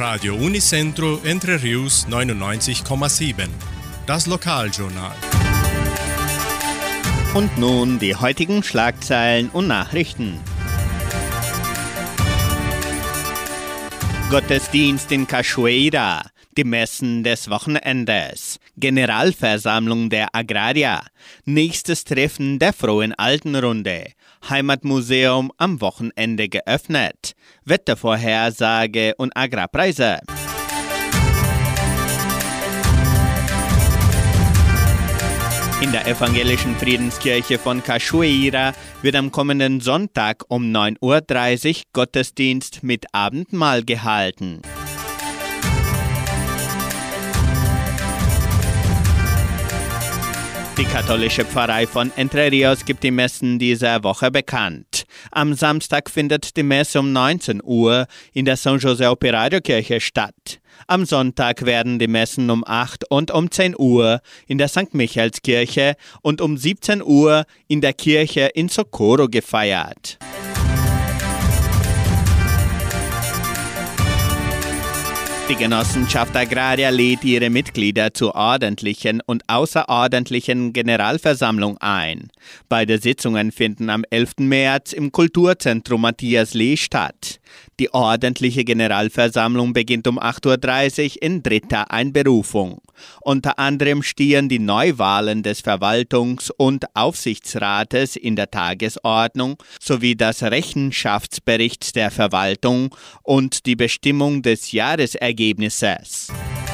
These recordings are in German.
Radio Unicentro Entre Rius 99,7. Das Lokaljournal. Und nun die heutigen Schlagzeilen und Nachrichten. Gottesdienst in Cachoeira, die Messen des Wochenendes, Generalversammlung der Agrarier, nächstes Treffen der Frohen Altenrunde, Heimatmuseum am Wochenende geöffnet, Wettervorhersage und Agrarpreise. In der evangelischen Friedenskirche von Cachoeira wird am kommenden Sonntag um 9:30 Uhr Gottesdienst mit Abendmahl gehalten. Die katholische Pfarrei von Entre Rios gibt die Messen dieser Woche bekannt. Am Samstag findet die Messe um 19 Uhr in der San José Operario Kirche statt. Am Sonntag werden die Messen um 8 und um 10 Uhr in der St. Michaelskirche und um 17 Uhr in der Kirche in Socorro gefeiert. Die Genossenschaft Agraria lädt ihre Mitglieder zur ordentlichen und außerordentlichen Generalversammlung ein. Beide Sitzungen finden am 11. März im Kulturzentrum Matthias Lee statt. Die ordentliche Generalversammlung beginnt um 8:30 Uhr in dritter Einberufung. Unter anderem stehen die Neuwahlen des Verwaltungs- und Aufsichtsrates in der Tagesordnung sowie das Rechenschaftsbericht der Verwaltung und die Bestimmung des Jahresergebnisses.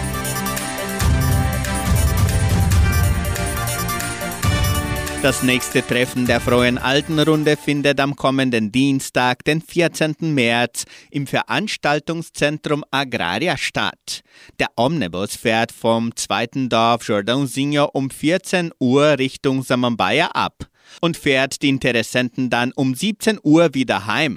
Das nächste Treffen der Frohen Altenrunde findet am kommenden Dienstag, den 14. März, im Veranstaltungszentrum Agraria statt. Der Omnibus fährt vom zweiten Dorf Jordãozinho um 14 Uhr Richtung Samambaia ab und fährt die Interessenten dann um 17 Uhr wieder heim.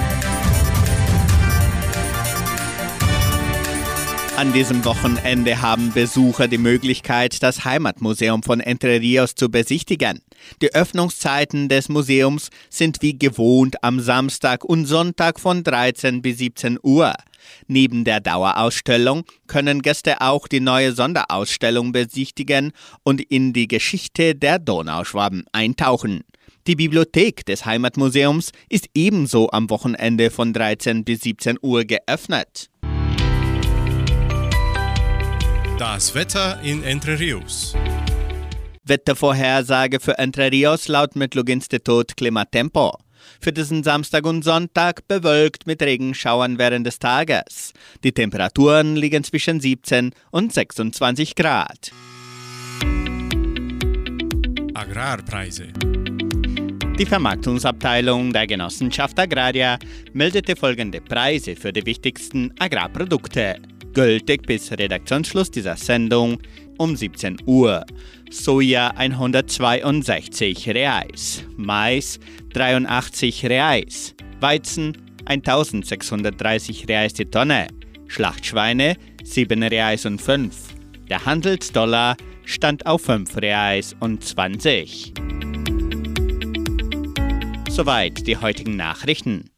An diesem Wochenende haben Besucher die Möglichkeit, das Heimatmuseum von Entre Rios zu besichtigen. Die Öffnungszeiten des Museums sind wie gewohnt am Samstag und Sonntag von 13 bis 17 Uhr. Neben der Dauerausstellung können Gäste auch die neue Sonderausstellung besichtigen und in die Geschichte der Donauschwaben eintauchen. Die Bibliothek des Heimatmuseums ist ebenso am Wochenende von 13 bis 17 Uhr geöffnet. Das Wetter in Entre Rios. Wettervorhersage für Entre Rios laut Metlog-Institut Klimatempo. Für diesen Samstag und Sonntag bewölkt mit Regenschauern während des Tages. Die Temperaturen liegen zwischen 17 und 26 Grad. Agrarpreise. Die Vermarktungsabteilung der Genossenschaft Agraria meldete folgende Preise für die wichtigsten Agrarprodukte. Gültig bis Redaktionsschluss dieser Sendung um 17 Uhr. Soja 162 Reais, Mais 83 Reais, Weizen 1630 Reais die Tonne, Schlachtschweine 7 Reais und 5. Der Handelsdollar stand auf 5 Reais und 20. Soweit die heutigen Nachrichten.